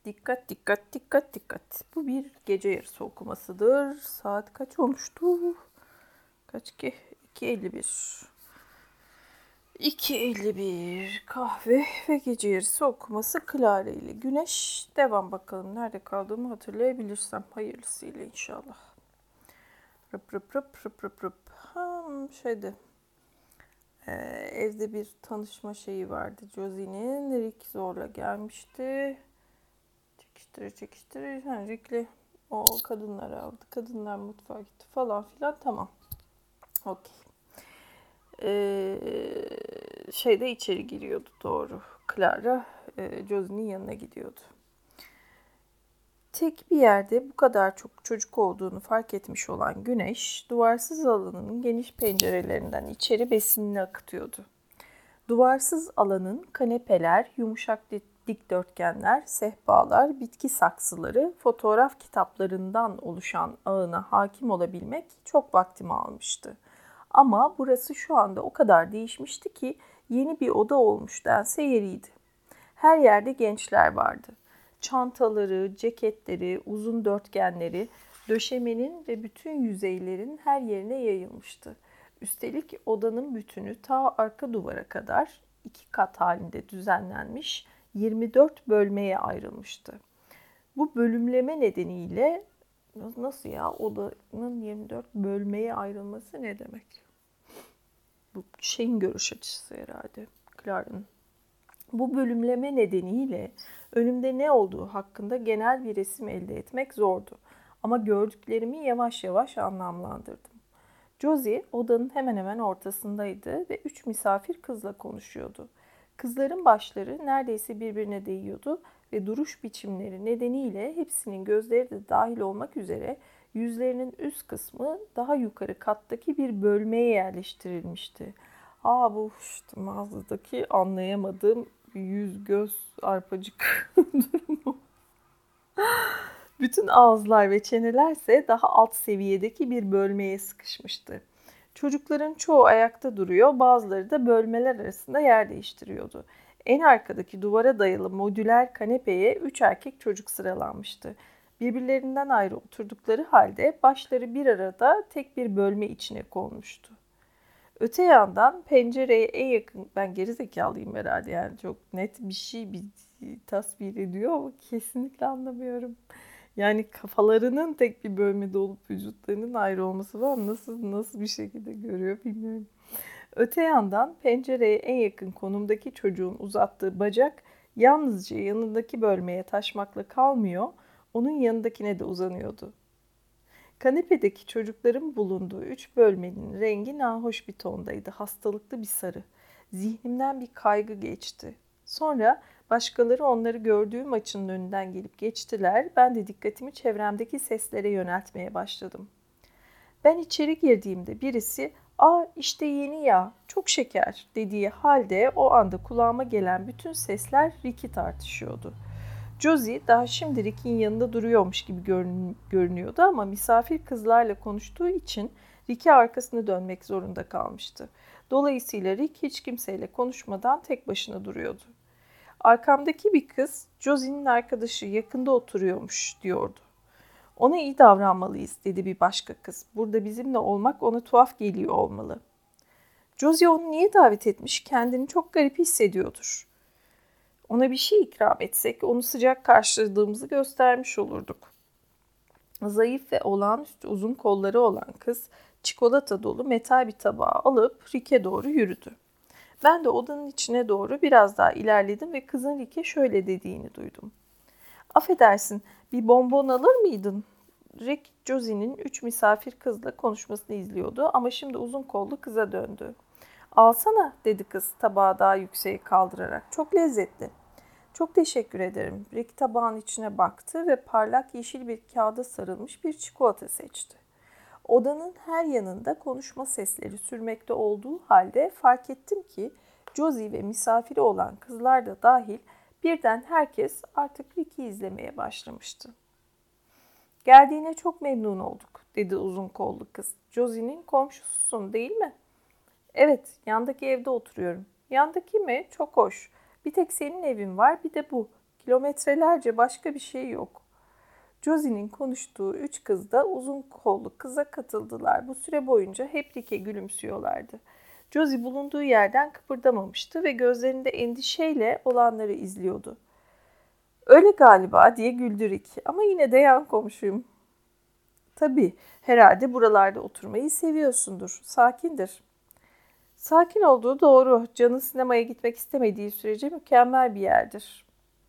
Dikkat, dikkat, dikkat, dikkat. Bu bir gece yarısı okumasıdır. Saat kaç olmuştu? Kaç ki? 2:51. 2:51 kahve ve gece yarısı okuması Clara ile Güneş. Devam bakalım. Nerede kaldığımı hatırlayabilirsem. Hayırlısıyla inşallah. Rıp rıp rıp rıp rıp rıp. Evde bir tanışma şeyi vardı. Josie'nin. Rick zorla gelmişti. Çekiştire. Rick'le o kadınları aldı. Kadınlar mutfağa gitti falan filan. Tamam. Okey. İçeri giriyordu doğru. Clara Josie'nin yanına gidiyordu. Tek bir yerde bu kadar çok çocuk olduğunu fark etmiş olan Güneş, duvarsız alanının geniş pencerelerinden içeri besinini akıtıyordu. Duvarsız alanın kanepeler, yumuşak dikdörtgenler, sehpalar, bitki saksıları, fotoğraf kitaplarından oluşan ağına hakim olabilmek çok vaktimi almıştı. Ama burası şu anda o kadar değişmişti ki yeni bir oda olmuş dense yeriydi. Her yerde gençler vardı. Çantaları, ceketleri, uzun dörtgenleri, döşemenin ve bütün yüzeylerin her yerine yayılmıştı. Üstelik odanın bütünü ta arka duvara kadar 2 kat halinde düzenlenmiş 24 bölmeye ayrılmıştı. Bu bölümleme nedeniyle nasıl ya odanın 24 bölmeye ayrılması ne demek? Bu şeyin görüş açısı herhalde. Clara'nın. Bu bölümleme nedeniyle önümde ne olduğu hakkında genel bir resim elde etmek zordu. Ama gördüklerimi yavaş yavaş anlamlandırdım. Josie odanın hemen hemen ortasındaydı ve 3 misafir kızla konuşuyordu. Kızların başları neredeyse birbirine değiyordu ve duruş biçimleri nedeniyle hepsinin gözleri de dahil olmak üzere yüzlerinin üst kısmı daha yukarı kattaki bir bölmeye yerleştirilmişti. Bu işte mağazadaki anlayamadığım yüz göz arpacık durumu. Bütün ağızlar ve çenelerse daha alt seviyedeki bir bölmeye sıkışmıştı. Çocukların çoğu ayakta duruyor, bazıları da bölmeler arasında yer değiştiriyordu. En arkadaki duvara dayalı modüler kanepeye 3 erkek çocuk sıralanmıştı. Birbirlerinden ayrı oturdukları halde başları bir arada tek bir bölme içine konmuştu. Öte yandan pencereye en yakın, ben gerizekalıyım herhalde yani çok net bir şey tasvir ediyor ama kesinlikle anlamıyorum. Yani kafalarının tek bir bölmede olup vücutlarının ayrı olması falan nasıl bir şekilde görüyor bilmiyorum. Öte yandan pencereye en yakın konumdaki çocuğun uzattığı bacak yalnızca yanındaki bölmeye taşmakla kalmıyor, onun yanındakine de uzanıyordu. Kanepedeki çocukların bulunduğu 3 bölmenin rengi nahoş bir tondaydı, hastalıklı bir sarı. Zihnimden bir kaygı geçti. Sonra başkaları onları gördüğüm açının önünden gelip geçtiler. Ben de dikkatimi çevremdeki seslere yöneltmeye başladım. Ben içeri girdiğimde birisi işte yeni ya, çok şeker" dediği halde o anda kulağıma gelen bütün sesler Rick'i tartışıyordu. Josie daha şimdi Rick'in yanında duruyormuş gibi görünüyordu ama misafir kızlarla konuştuğu için Rick'e arkasını dönmek zorunda kalmıştı. Dolayısıyla Rick hiç kimseyle konuşmadan tek başına duruyordu. Arkamdaki bir kız, Josie'nin arkadaşı yakında oturuyormuş diyordu. "Ona iyi davranmalıyız" dedi bir başka kız. "Burada bizimle olmak ona tuhaf geliyor olmalı." "Josie onu niye davet etmiş? Kendini çok garip hissediyordur." "Ona bir şey ikram etsek onu sıcak karşıladığımızı göstermiş olurduk." Zayıf ve olağanüstü uzun kolları olan kız çikolata dolu metal bir tabağı alıp Rick'e doğru yürüdü. Ben de odanın içine doğru biraz daha ilerledim ve kızın Rick'e şöyle dediğini duydum. "Affedersin, bir bonbon alır mıydın?" Rick, Josie'nin 3 misafir kızla konuşmasını izliyordu ama şimdi uzun kollu kıza döndü. "Alsana" dedi kız tabağı daha yükseğe kaldırarak. "Çok lezzetli." "Çok teşekkür ederim." Rick tabağın içine baktı ve parlak yeşil bir kağıda sarılmış bir çikolata seçti. Odanın her yanında konuşma sesleri sürmekte olduğu halde fark ettim ki Josie ve misafiri olan kızlar da dahil birden herkes artık Rick'i izlemeye başlamıştı. "Geldiğine çok memnun olduk" dedi uzun kollu kız. "Josie'nin komşususun değil mi?" "Evet, yandaki evde oturuyorum." "Yandaki mi? Çok hoş. Bir tek senin evin var, bir de bu." Kilometrelerce başka bir şey yok. Josie'nin konuştuğu 3 kız da uzun kollu kıza katıldılar. Bu süre boyunca hep Rick'e gülümsüyorlardı. Josie bulunduğu yerden kıpırdamamıştı ve gözlerinde endişeyle olanları izliyordu. Öyle galiba diye güldü Rick ama yine de yan komşuyum. Tabii, herhalde buralarda oturmayı seviyorsundur. Sakindir. Sakin olduğu doğru. Can'ın sinemaya gitmek istemediği sürece mükemmel bir yerdir.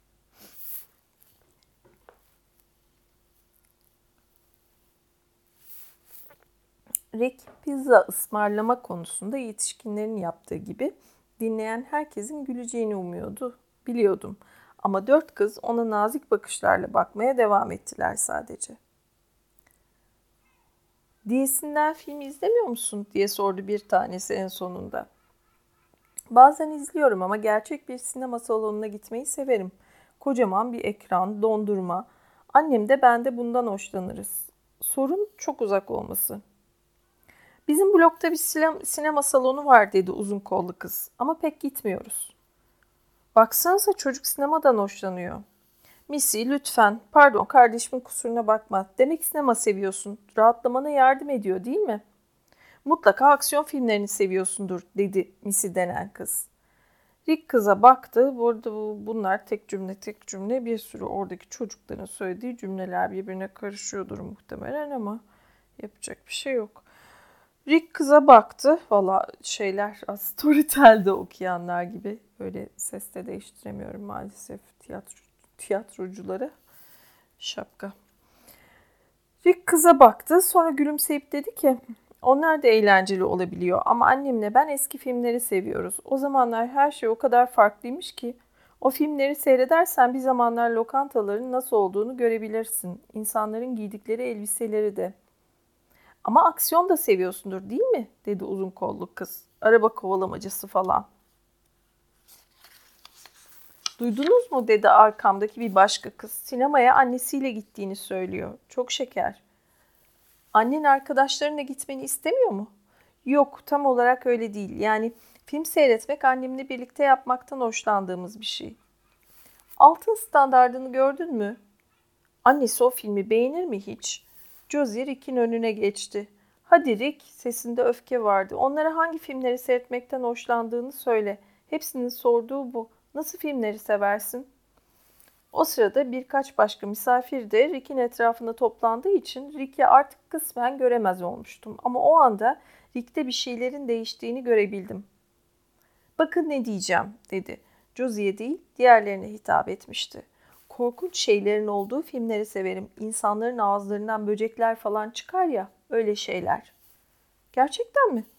Rick, pizza ısmarlama konusunda yetişkinlerin yaptığı gibi dinleyen herkesin güleceğini umuyordu. Biliyordum. Ama 4 kız ona nazik bakışlarla bakmaya devam ettiler sadece. Diyesinden film izlemiyor musun diye sordu bir tanesi en sonunda. Bazen izliyorum ama gerçek bir sinema salonuna gitmeyi severim. Kocaman bir ekran, dondurma. Annem de ben de bundan hoşlanırız. Sorun çok uzak olması. Bizim blokta bir sinema salonu var dedi uzun kollu kız ama pek gitmiyoruz. Baksanıza çocuk sinemadan hoşlanıyor. Missy lütfen, pardon kardeşimin kusuruna bakma. Demek sinema seviyorsun. Rahatlamana yardım ediyor değil mi? Mutlaka aksiyon filmlerini seviyorsundur dedi Missy denen kız. Rick kıza baktı. Burada bunlar tek cümle bir sürü oradaki çocukların söylediği cümleler birbirine karışıyordur muhtemelen ama yapacak bir şey yok. Rick kıza baktı. Valla Storytel'de okuyanlar gibi. Öyle seste değiştiremiyorum maalesef tiyatrocuları. Şapka. Rick kıza baktı. Sonra gülümseyip dedi ki onlar da eğlenceli olabiliyor ama annemle ben eski filmleri seviyoruz. O zamanlar her şey o kadar farklıymış ki o filmleri seyredersen bir zamanlar lokantaların nasıl olduğunu görebilirsin. İnsanların giydikleri elbiseleri de. Ama aksiyon da seviyorsundur değil mi? Dedi uzun kollu kız. Araba kovalamacası falan. Duydunuz mu? Dedi arkamdaki bir başka kız. Sinemaya annesiyle gittiğini söylüyor. Çok şeker. Annen arkadaşlarına gitmeni istemiyor mu? Yok, tam olarak öyle değil. Yani film seyretmek annemle birlikte yapmaktan hoşlandığımız bir şey. Altın standardını gördün mü? Annesi o filmi beğenir mi hiç? Josie Rick'in önüne geçti. Hadi Rick, sesinde öfke vardı. Onlara hangi filmleri seyretmekten hoşlandığını söyle. Hepsinin sorduğu bu. Nasıl filmleri seversin? O sırada birkaç başka misafir de Rick'in etrafına toplandığı için Rick'i artık kısmen göremez olmuştum. Ama o anda Rick'te bir şeylerin değiştiğini görebildim. Bakın ne diyeceğim dedi. Josie'ye değil diğerlerine hitap etmişti. Korkunç şeylerin olduğu filmleri severim. İnsanların ağızlarından böcekler falan çıkar ya, öyle şeyler. Gerçekten mi?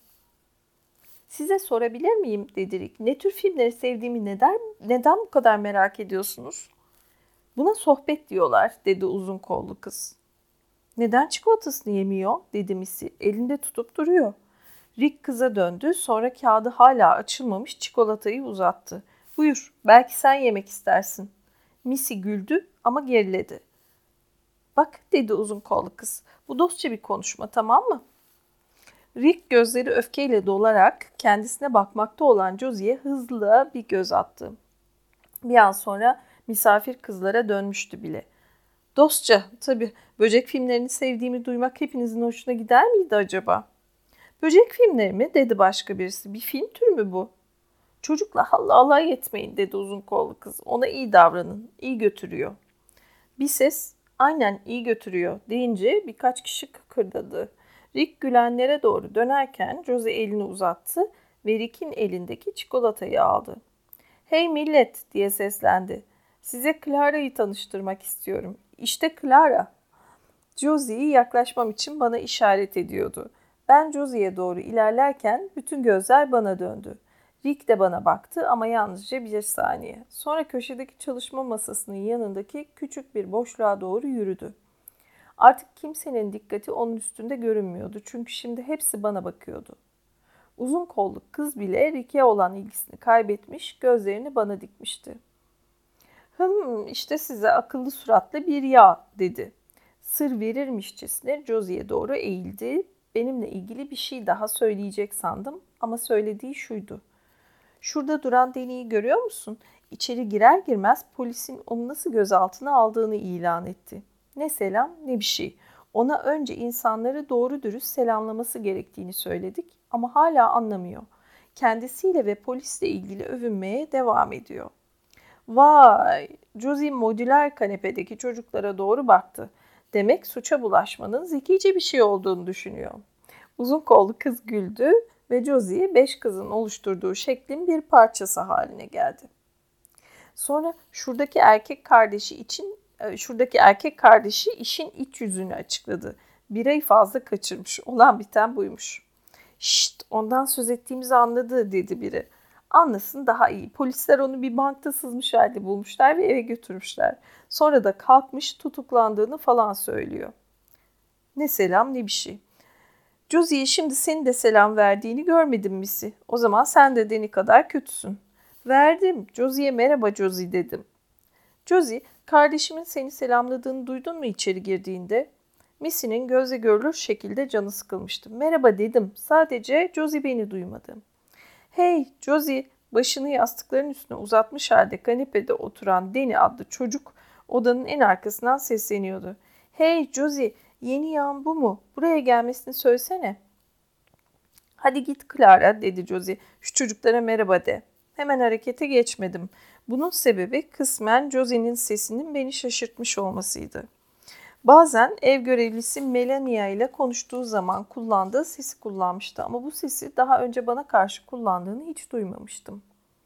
Size sorabilir miyim dedi Rick. Ne tür filmleri sevdiğimi neden bu kadar merak ediyorsunuz? Buna sohbet diyorlar dedi uzun kollu kız. Neden çikolatasını yemiyor dedi Missy. Elinde tutup duruyor. Rick kıza döndü. Sonra kağıdı hala açılmamış çikolatayı uzattı. Buyur, belki sen yemek istersin. Missy güldü ama geriledi. Bak dedi uzun kollu kız. Bu dostça bir konuşma, tamam mı? Rick gözleri öfkeyle dolarak kendisine bakmakta olan Josie'ye hızlı bir göz attı. Bir an sonra misafir kızlara dönmüştü bile. Dostça, tabii böcek filmlerini sevdiğimi duymak hepinizin hoşuna gider miydi acaba? Böcek filmleri mi? Dedi başka birisi. Bir film türü mü bu? Çocukla alay etmeyin dedi uzun kollu kız. Ona iyi davranın. İyi götürüyor. Bir ses aynen iyi götürüyor deyince birkaç kişi kıkırdadı. Rick gülenlere doğru dönerken Josie elini uzattı ve Rick'in elindeki çikolatayı aldı. Hey millet diye seslendi. Size Clara'yı tanıştırmak istiyorum. İşte Clara. Josie'yi yaklaşmam için bana işaret ediyordu. Ben Josie'ye doğru ilerlerken bütün gözler bana döndü. Rick de bana baktı ama yalnızca bir saniye. Sonra köşedeki çalışma masasının yanındaki küçük bir boşluğa doğru yürüdü. Artık kimsenin dikkati onun üstünde görünmüyordu çünkü şimdi hepsi bana bakıyordu. Uzun kollu kız bile Rick'e olan ilgisini kaybetmiş, gözlerini bana dikmişti. İşte size akıllı suratlı bir yağ dedi. Sır verirmişçesine Josie'ye doğru eğildi. Benimle ilgili bir şey daha söyleyecek sandım ama söylediği şuydu. Şurada duran deliği görüyor musun? İçeri girer girmez polisin onu nasıl gözaltına aldığını ilan etti. Ne selam ne bir şey. Ona önce insanları doğru dürüst selamlaması gerektiğini söyledik ama hala anlamıyor. Kendisiyle ve polisle ilgili övünmeye devam ediyor. Vay! Josie modüler kanepedeki çocuklara doğru baktı. Demek suça bulaşmanın zekice bir şey olduğunu düşünüyor. Uzun kollu kız güldü ve Josie 5 kızın oluşturduğu şeklin bir parçası haline geldi. Sonra şuradaki erkek kardeşi işin iç yüzünü açıkladı. Birayı fazla kaçırmış. Olan biten buymuş. Şşt, ondan söz ettiğimizi anladı dedi biri. Anlasın daha iyi. Polisler onu bir bankta sızmış halde bulmuşlar ve eve götürmüşler. Sonra da kalkmış tutuklandığını falan söylüyor. Ne selam ne bir şey. Josie'ye şimdi senin de selam verdiğini görmedim Missy. O zaman sen de Deni kadar kötüsün. Verdim. Josie'ye merhaba Josie dedim. Josie, kardeşimin seni selamladığını duydun mu içeri girdiğinde? Missy'nin gözle görülür şekilde canı sıkılmıştı. Merhaba dedim. Sadece Josie beni duymadı. Hey Josie, başını yastıkların üstüne uzatmış halde kanepede oturan Deni adlı çocuk odanın en arkasından sesleniyordu. Hey Josie, yeni yağın bu mu? Buraya gelmesini söylesene. Hadi git Clara dedi Josie. Şu çocuklara merhaba de. Hemen harekete geçmedim. Bunun sebebi kısmen Josie'nin sesinin beni şaşırtmış olmasıydı. Bazen ev görevlisi Melania ile konuştuğu zaman kullandığı sesi kullanmıştı ama bu sesi daha önce bana karşı kullandığını hiç duymamıştım.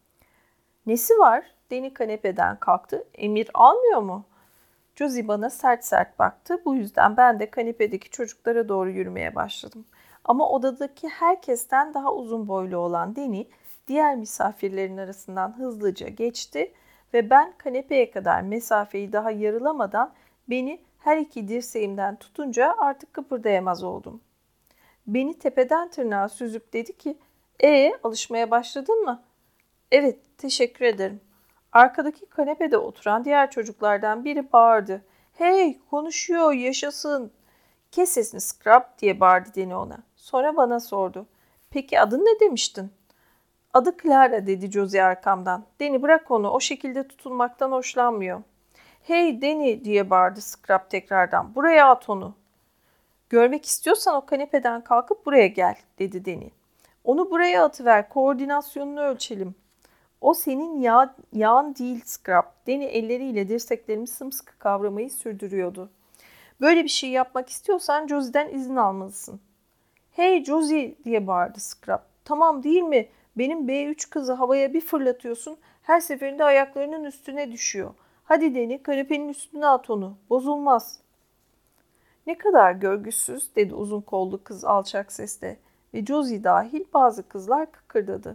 Nesi var? Deni kanepeden kalktı. Emir almıyor mu? Josie bana sert sert baktı. Bu yüzden ben de kanepedeki çocuklara doğru yürümeye başladım. Ama odadaki herkesten daha uzun boylu olan Deni diğer misafirlerin arasından hızlıca geçti ve ben kanepeye kadar mesafeyi daha yarılamadan beni her iki dirseğimden tutunca artık kıpırdayamaz oldum. Beni tepeden tırnağa süzüp dedi ki, alışmaya başladın mı? Evet, teşekkür ederim. Arkadaki kanepede oturan diğer çocuklardan biri bağırdı. Hey, konuşuyor, yaşasın. Kes sesini Scrub diye bağırdı Deni ona. Sonra bana sordu. Peki adın ne demiştin? Adı Clara dedi Josie arkamdan. Deni bırak onu, o şekilde tutulmaktan hoşlanmıyor. Hey Deni diye bağırdı Scrub tekrardan. Buraya at onu. Görmek istiyorsan o kanepeden kalkıp buraya gel dedi Deni. Onu buraya atıver, koordinasyonunu ölçelim. O senin yağın değil Scrub. Deni elleriyle dirseklerimi sımsıkı kavramayı sürdürüyordu. Böyle bir şey yapmak istiyorsan Josie'den izin almalısın. Hey Josie diye bağırdı Scrub. Tamam değil mi? Benim B3 kızı havaya bir fırlatıyorsun. Her seferinde ayaklarının üstüne düşüyor. Hadi Deni, kanepenin üstüne at onu. Bozulmaz. Ne kadar görgüsüz dedi uzun kollu kız alçak sesle. Ve Josie dahil bazı kızlar kıkırdadı.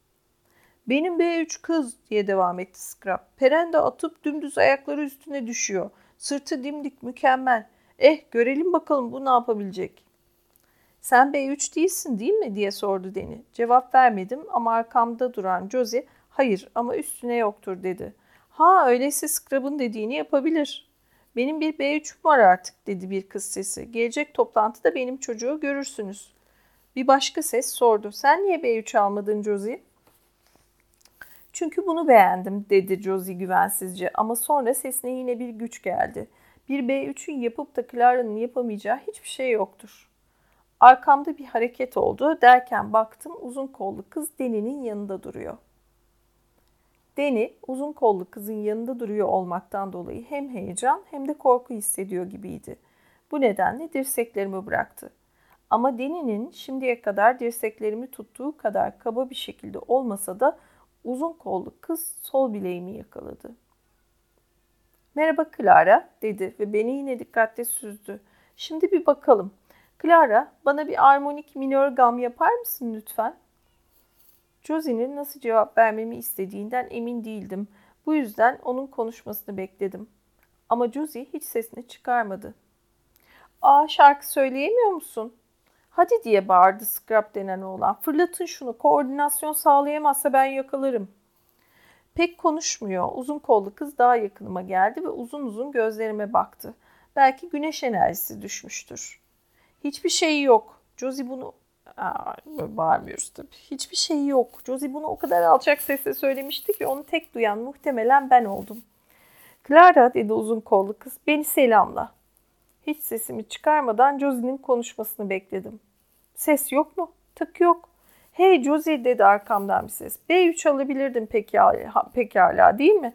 Benim B3 kız diye devam etti Scrub. Perende atıp dümdüz ayakları üstüne düşüyor. Sırtı dimdik mükemmel. Görelim bakalım bu ne yapabilecek. Sen B3 değilsin değil mi diye sordu Deni. Cevap vermedim ama arkamda duran Josie hayır ama üstüne yoktur dedi. Ha öyleyse Scrub'ın dediğini yapabilir. Benim bir B3'üm var artık dedi bir kız sesi. Gelecek toplantıda benim çocuğu görürsünüz. Bir başka ses sordu. Sen niye B3 almadın Josie? Çünkü bunu beğendim dedi Josie güvensizce ama sonra sesine yine bir güç geldi. Bir B3'ün yapıp da Clara'nın yapamayacağı hiçbir şey yoktur. Arkamda bir hareket oldu derken baktım uzun kollu kız Deni'nin yanında duruyor. Deni uzun kollu kızın yanında duruyor olmaktan dolayı hem heyecan hem de korku hissediyor gibiydi. Bu nedenle dirseklerimi bıraktı. Ama Deni'nin şimdiye kadar dirseklerimi tuttuğu kadar kaba bir şekilde olmasa da uzun kollu kız sol bileğimi yakaladı. Merhaba Clara dedi ve beni yine dikkatle süzdü. Şimdi bir bakalım. Clara bana bir armonik minör gam yapar mısın lütfen? Josie'nin nasıl cevap vermemi istediğinden emin değildim. Bu yüzden onun konuşmasını bekledim. Ama Josie hiç sesini çıkarmadı. Şarkı söyleyemiyor musun? Hadi diye bağırdı Scrub denen oğlan. Fırlatın şunu, koordinasyon sağlayamazsa ben yakalarım. Pek konuşmuyor. Uzun kollu kız daha yakınıma geldi ve uzun uzun gözlerime baktı. Belki güneş enerjisi düşmüştür. Hiçbir şey yok. Josie bunu Bağırmıyoruz tabii. Hiçbir şey yok. Josie bunu o kadar alçak sesle söylemişti ki onu tek duyan muhtemelen ben oldum. Clara, dedi uzun kollu kız, beni selamla. Hiç sesimi çıkarmadan Josie'nin konuşmasını bekledim. Ses yok mu? Tık yok. Hey Josie, dedi arkamdan bir ses. B3 alabilirdin pekala değil mi?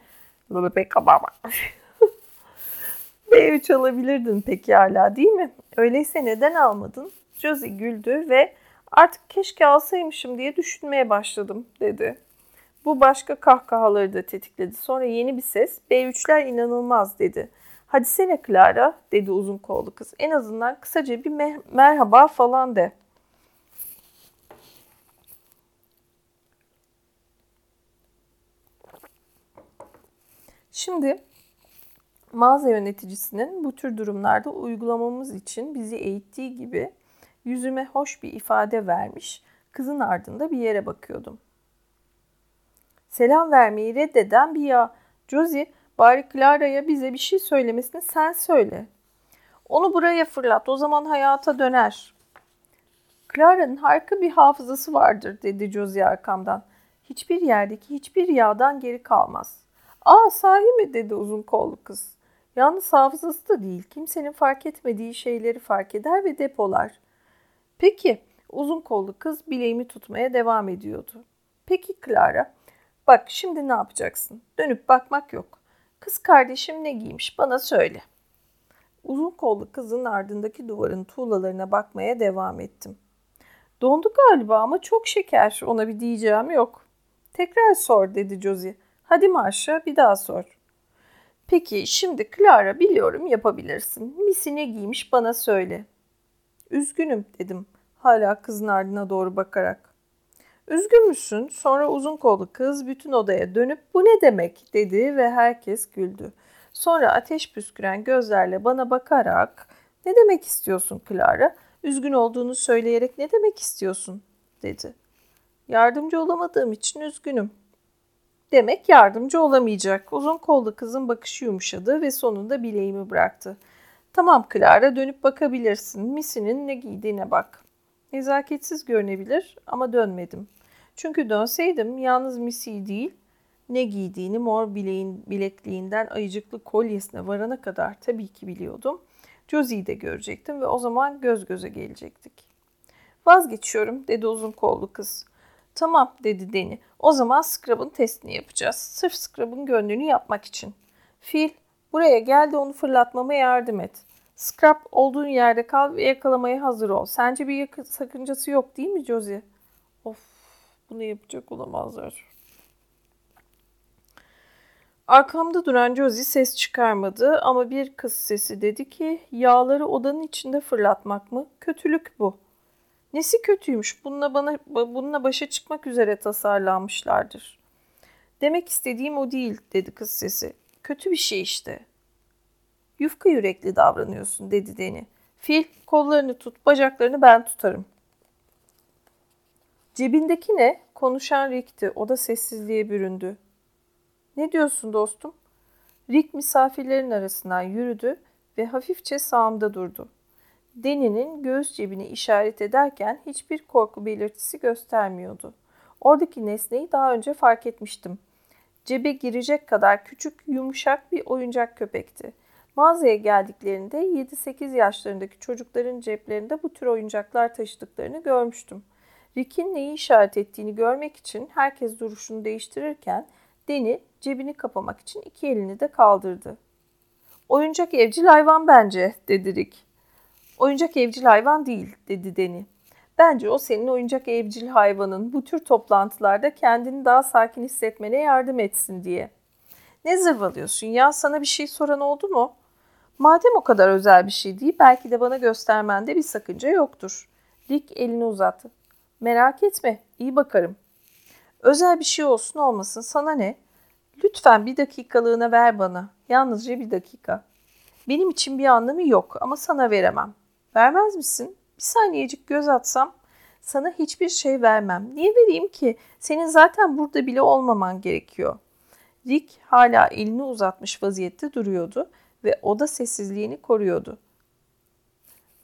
B3 alabilirdin pekala değil mi? Öyleyse neden almadın? Josie güldü ve artık keşke alsaymışım diye düşünmeye başladım, dedi. Bu başka kahkahaları da tetikledi. Sonra yeni bir ses, B3'ler inanılmaz, dedi. Hadi sene Clara, dedi uzun kollu kız. En azından kısaca bir merhaba falan de. Şimdi mağaza yöneticisinin bu tür durumlarda uygulamamız için bizi eğittiği gibi yüzüme hoş bir ifade vermiş, kızın ardında bir yere bakıyordum. Selam vermeyi reddeden bir ya. Josie, bari Clara'ya bize bir şey söylemesini sen söyle. Onu buraya fırlat, o zaman hayata döner. Clara'nın harika bir hafızası vardır, dedi Josie arkamdan. Hiçbir yerdeki hiçbir yağdan geri kalmaz. Aa, sahi mi, dedi uzun kollu kız. Yalnız hafızası da değil, kimsenin fark etmediği şeyleri fark eder ve depolar. Peki, uzun kollu kız bileğimi tutmaya devam ediyordu. Peki Clara, bak şimdi ne yapacaksın? Dönüp bakmak yok. Kız kardeşim ne giymiş bana söyle. Uzun kollu kızın ardındaki duvarın tuğlalarına bakmaya devam ettim. Dondu galiba ama çok şeker, ona bir diyeceğim yok. Tekrar sor, dedi Josie. Hadi Marşa, bir daha sor. Peki şimdi Clara, biliyorum yapabilirsin. Missy ne giymiş bana söyle. Üzgünüm, dedim hala kızın ardına doğru bakarak. Üzgün müsün? Sonra uzun kollu kız bütün odaya dönüp bu ne demek, dedi ve herkes güldü. Sonra ateş püsküren gözlerle bana bakarak ne demek istiyorsun Clara? Üzgün olduğunu söyleyerek ne demek istiyorsun, dedi. Yardımcı olamadığım için üzgünüm. Demek yardımcı olamayacak. Uzun kollu kızın bakışı yumuşadı ve sonunda bileğimi bıraktı. Tamam Clara, dönüp bakabilirsin. Missy'nin ne giydiğine bak. Nezaketsiz görünebilir ama dönmedim. Çünkü dönseydim yalnız Missy'yi değil, ne giydiğini mor bilekliğinden ayıcıklı kolyesine varana kadar tabii ki biliyordum. Josie'yi de görecektim ve o zaman göz göze gelecektik. Vazgeçiyorum, dedi uzun kollu kız. Tamam, dedi Deni. O zaman Scrub'ın testini yapacağız. Sırf Scrub'ın gönlünü yapmak için. Phil, buraya gel de onu fırlatmama yardım et. Scrub, olduğun yerde kal ve yakalamaya hazır ol. Sence bir sakıncası yok değil mi Josie? Of, bunu yapacak olamazlar. Arkamda duran Josie ses çıkarmadı ama bir kız sesi dedi ki, yağları odanın içinde fırlatmak mı? Kötülük bu. Nesi kötüymüş? Bununla başa çıkmak üzere tasarlanmışlardır. Demek istediğim o değil, dedi kız sesi. Kötü bir şey işte. Yufka yürekli davranıyorsun, dedi Deni. Phil, kollarını tut, bacaklarını ben tutarım. Cebindeki ne? Konuşan Rick'ti. O da sessizliğe büründü. Ne diyorsun dostum? Rick misafirlerin arasından yürüdü ve hafifçe sağımda durdu. Deni'nin göğüs cebini işaret ederken hiçbir korku belirtisi göstermiyordu. Oradaki nesneyi daha önce fark etmiştim. Cebe girecek kadar küçük, yumuşak bir oyuncak köpekti. Mağazaya geldiklerinde 7-8 yaşlarındaki çocukların ceplerinde bu tür oyuncaklar taşıdıklarını görmüştüm. Rick'in neyi işaret ettiğini görmek için herkes duruşunu değiştirirken Deni cebini kapamak için iki elini de kaldırdı. Oyuncak evcil hayvan bence, dedi Rick. Oyuncak evcil hayvan değil, dedi Deni. Bence o senin oyuncak evcil hayvanın bu tür toplantılarda kendini daha sakin hissetmene yardım etsin diye. Ne zırvalıyorsun ya, sana bir şey soran oldu mu? Madem o kadar özel bir şey değil, belki de bana göstermende bir sakınca yoktur. Rick elini uzattı. Merak etme, iyi bakarım. Özel bir şey olsun olmasın sana ne? Lütfen bir dakikalığına ver bana. Yalnızca bir dakika. Benim için bir anlamı yok ama sana veremem. Vermez misin? Bir saniyecik göz atsam. Sana hiçbir şey vermem. Niye vereyim ki? Senin zaten burada bile olmaman gerekiyor. Rick hala elini uzatmış vaziyette duruyordu ve oda sessizliğini koruyordu.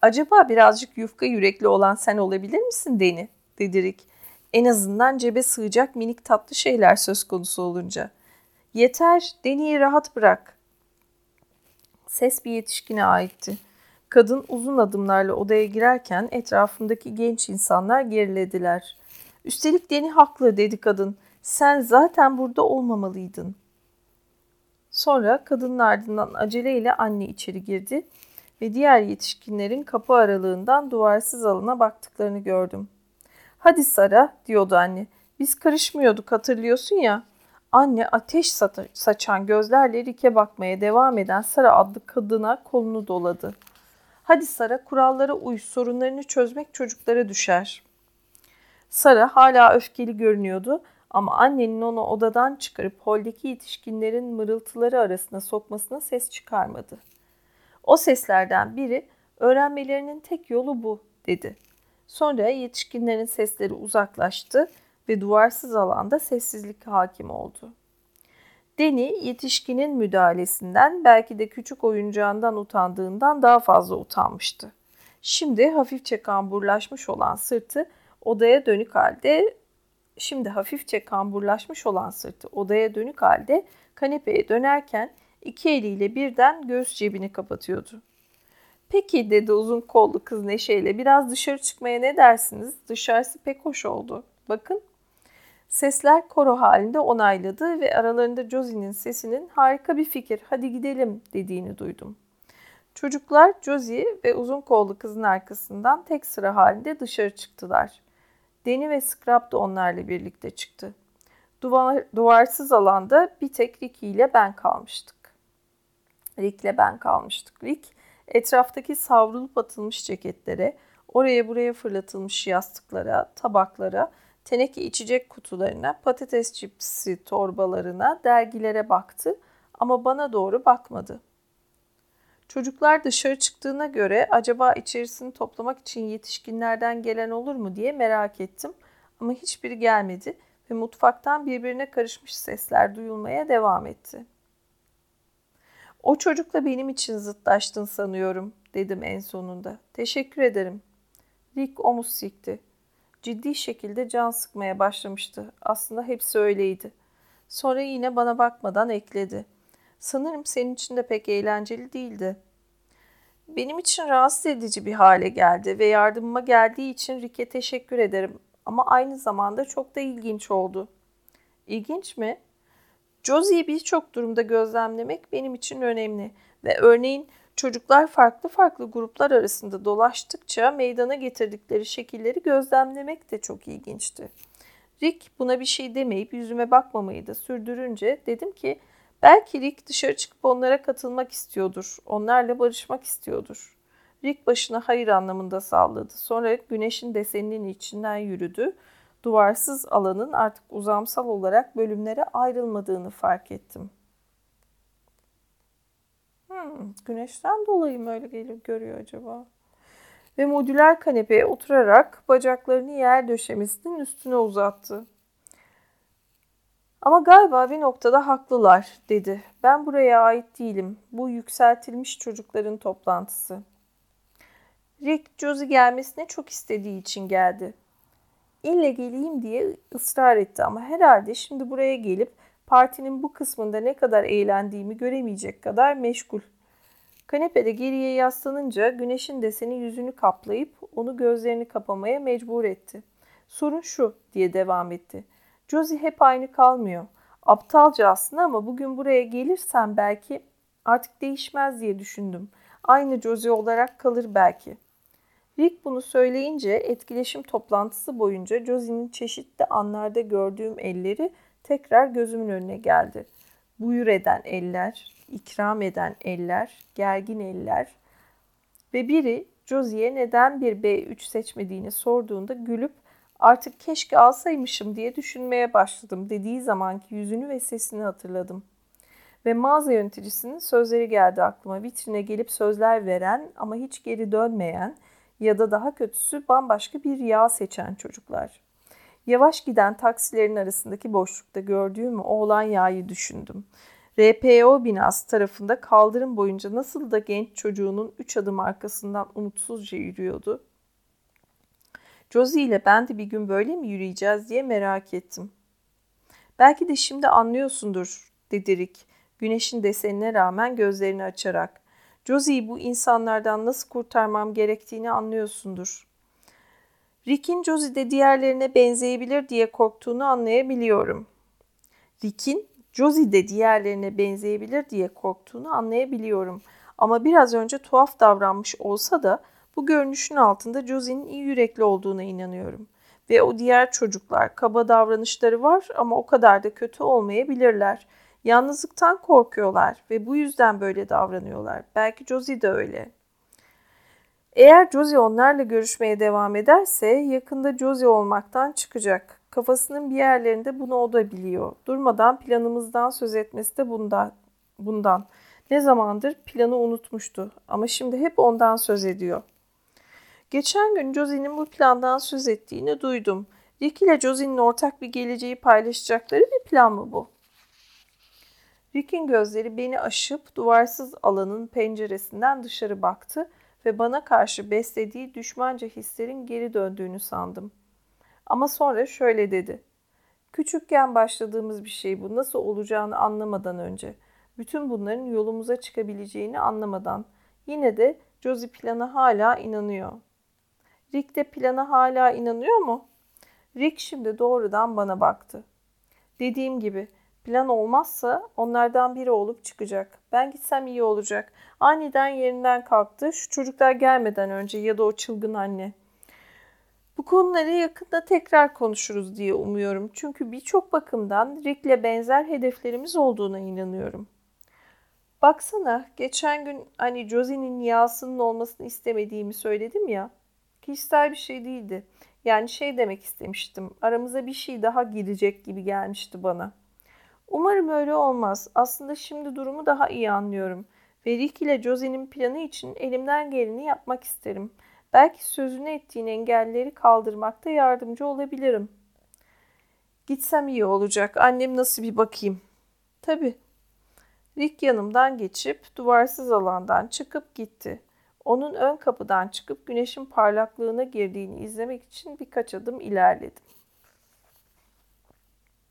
Acaba birazcık yufka yürekli olan sen olabilir misin Deni? Dedi Rick. En azından cebe sığacak minik tatlı şeyler söz konusu olunca. Yeter, Deni'yi rahat bırak. Ses bir yetişkine aitti. Kadın uzun adımlarla odaya girerken etrafındaki genç insanlar gerilediler. Üstelik Deni haklı dedi kadın. Sen zaten burada olmamalıydın. Sonra kadının ardından aceleyle anne içeri girdi ve diğer yetişkinlerin kapı aralığından duvarsız alana baktıklarını gördüm. Hadi Sara diyordu anne. Biz karışmıyorduk hatırlıyorsun ya. Anne ateş saçan gözlerle Rick'e bakmaya devam eden Sara adlı kadına kolunu doladı. Hadi Sara kurallara uy, sorunlarını çözmek çocuklara düşer. Sara hala öfkeli görünüyordu ama annenin onu odadan çıkarıp holdeki yetişkinlerin mırıltıları arasına sokmasına ses çıkarmadı. O seslerden biri öğrenmelerinin tek yolu bu dedi. Sonra yetişkinlerin sesleri uzaklaştı ve duvarsız alanda sessizlik hakim oldu. Deni yetişkinin müdahalesinden belki de küçük oyuncağından utandığından daha fazla utanmıştı. Şimdi hafifçe kamburlaşmış olan sırtı odaya dönük halde kanepeye dönerken iki eliyle birden göğüs cebini kapatıyordu. Peki dedi uzun kollu kız neşeyle, biraz dışarı çıkmaya ne dersiniz? Dışarısı pek hoş oldu. Bakın. Sesler koro halinde onayladı ve aralarında Josie'nin sesinin harika bir fikir, hadi gidelim dediğini duydum. Çocuklar Josie ve uzun kollu kızın arkasından tek sıra halinde dışarı çıktılar. Deni ve Scrap da onlarla birlikte çıktı. Duvarsız alanda bir tek Rick ile ben kalmıştık. Rick, etraftaki savrulup atılmış ceketlere, oraya buraya fırlatılmış yastıklara, tabaklara, teneke içecek kutularına, patates cipsi torbalarına, dergilere baktı ama bana doğru bakmadı. Çocuklar dışarı çıktığına göre acaba içerisini toplamak için yetişkinlerden gelen olur mu diye merak ettim ama hiçbiri gelmedi ve mutfaktan birbirine karışmış sesler duyulmaya devam etti. O çocukla benim için zıtlaştın sanıyorum, dedim en sonunda. Teşekkür ederim. Rick omuz silkti. Ciddi şekilde can sıkmaya başlamıştı. Aslında hepsi öyleydi. Sonra yine bana bakmadan ekledi. Sanırım senin için de pek eğlenceli değildi. Benim için rahatsız edici bir hale geldi ve yardımıma geldiği için Rick'e teşekkür ederim. Ama aynı zamanda çok da ilginç oldu. İlginç mi? Josie'yi birçok durumda gözlemlemek benim için önemli ve örneğin çocuklar farklı gruplar arasında dolaştıkça meydana getirdikleri şekilleri gözlemlemek de çok ilginçti. Rick buna bir şey demeyip yüzüme bakmamayı da sürdürünce dedim ki belki Rick dışarı çıkıp onlara katılmak istiyordur, onlarla barışmak istiyordur. Rick başını hayır anlamında salladı. Sonra güneşin deseninin içinden yürüdü. Duvarsız alanın artık uzamsal olarak bölümlere ayrılmadığını fark ettim. Güneşten dolayı mı öyle görüyor acaba? Ve modüler kanepeye oturarak bacaklarını yer döşemesinin üstüne uzattı. Ama galiba bir noktada haklılar, dedi. Ben buraya ait değilim. Bu yükseltilmiş çocukların toplantısı. Rick, Josie gelmesine çok istediği için geldi. İlle geleyim diye ısrar etti ama herhalde şimdi buraya gelip partinin bu kısmında ne kadar eğlendiğimi göremeyecek kadar meşgul. Kanepede geriye yaslanınca güneşin deseni yüzünü kaplayıp onu gözlerini kapamaya mecbur etti. Sorun şu diye devam etti. Josie hep aynı kalmıyor. Aptalca aslında ama bugün buraya gelirsen belki artık değişmez diye düşündüm. Aynı Josie olarak kalır belki. Rick bunu söyleyince etkileşim toplantısı boyunca Josie'nin çeşitli anlarda gördüğüm elleri tekrar gözümün önüne geldi. Buyur eden eller, ikram eden eller, gergin eller ve biri Josie'ye neden bir B3 seçmediğini sorduğunda gülüp artık keşke alsaymışım diye düşünmeye başladım dediği zamanki yüzünü ve sesini hatırladım. Ve mağaza yöneticisinin sözleri geldi aklıma. Vitrine gelip sözler veren ama hiç geri dönmeyen ya da daha kötüsü bambaşka bir yağ seçen çocuklar. Yavaş giden taksilerin arasındaki boşlukta gördüğüm oğlan yağı düşündüm. RPO binası tarafında kaldırım boyunca nasıl da genç çocuğunun 3 adım arkasından umutsuzca yürüyordu. Josie ile ben de bir gün böyle mi yürüyeceğiz diye merak ettim. Belki de şimdi anlıyorsundur, dedi Rick, güneşin desenine rağmen gözlerini açarak. Josie'yi bu insanlardan nasıl kurtarmam gerektiğini anlıyorsundur. Rick'in Josie'de diğerlerine benzeyebilir diye korktuğunu anlayabiliyorum. Rick'in Josie'de diğerlerine benzeyebilir diye korktuğunu anlayabiliyorum. Ama biraz önce tuhaf davranmış olsa da bu görünüşün altında Josie'nin iyi yürekli olduğuna inanıyorum. Ve o diğer çocuklar, kaba davranışları var ama o kadar da kötü olmayabilirler. Yalnızlıktan korkuyorlar ve bu yüzden böyle davranıyorlar. Belki Josie de öyle. Eğer Josie onlarla görüşmeye devam ederse yakında Josie olmaktan çıkacak. Kafasının bir yerlerinde bunu o da biliyor. Durmadan planımızdan söz etmesi de bundan. Ne zamandır planı unutmuştu ama şimdi hep ondan söz ediyor. Geçen gün Josie'nin bu plandan söz ettiğini duydum. Rick ile Josie'nin ortak bir geleceği paylaşacakları bir plan mı bu? Rick'in gözleri beni aşıp duvarsız alanın penceresinden dışarı baktı ve bana karşı beslediği düşmanca hislerin geri döndüğünü sandım. Ama sonra şöyle dedi. Küçükken başladığımız bir şey bu. Nasıl olacağını anlamadan önce. Bütün bunların yolumuza çıkabileceğini anlamadan. Yine de Josie plana hala inanıyor. Rick de plana hala inanıyor mu? Rick şimdi doğrudan bana baktı. Dediğim gibi plan olmazsa onlardan biri olup çıkacak. Ben gitsem iyi olacak. Aniden yerinden kalktı. Şu çocuklar gelmeden önce ya da o çılgın anne. Bu konuları yakında tekrar konuşuruz diye umuyorum. Çünkü birçok bakımdan Rick'le benzer hedeflerimiz olduğuna inanıyorum. Baksana, geçen gün hani Josie'nin yağsının olmasını istemediğimi söyledim ya. Kişisel bir şey değildi. Yani şey demek istemiştim. Aramıza bir şey daha girecek gibi gelmişti bana. Umarım öyle olmaz. Aslında şimdi durumu daha iyi anlıyorum. Ve Rick ile Josie'nin planı için elimden geleni yapmak isterim. Belki sözünü ettiğin engelleri kaldırmakta yardımcı olabilirim. Gitsem iyi olacak. Annem nasıl bir bakayım? Tabii. Rick yanımdan geçip duvarsız alandan çıkıp gitti. Onun ön kapıdan çıkıp güneşin parlaklığına girdiğini izlemek için birkaç adım ilerledim.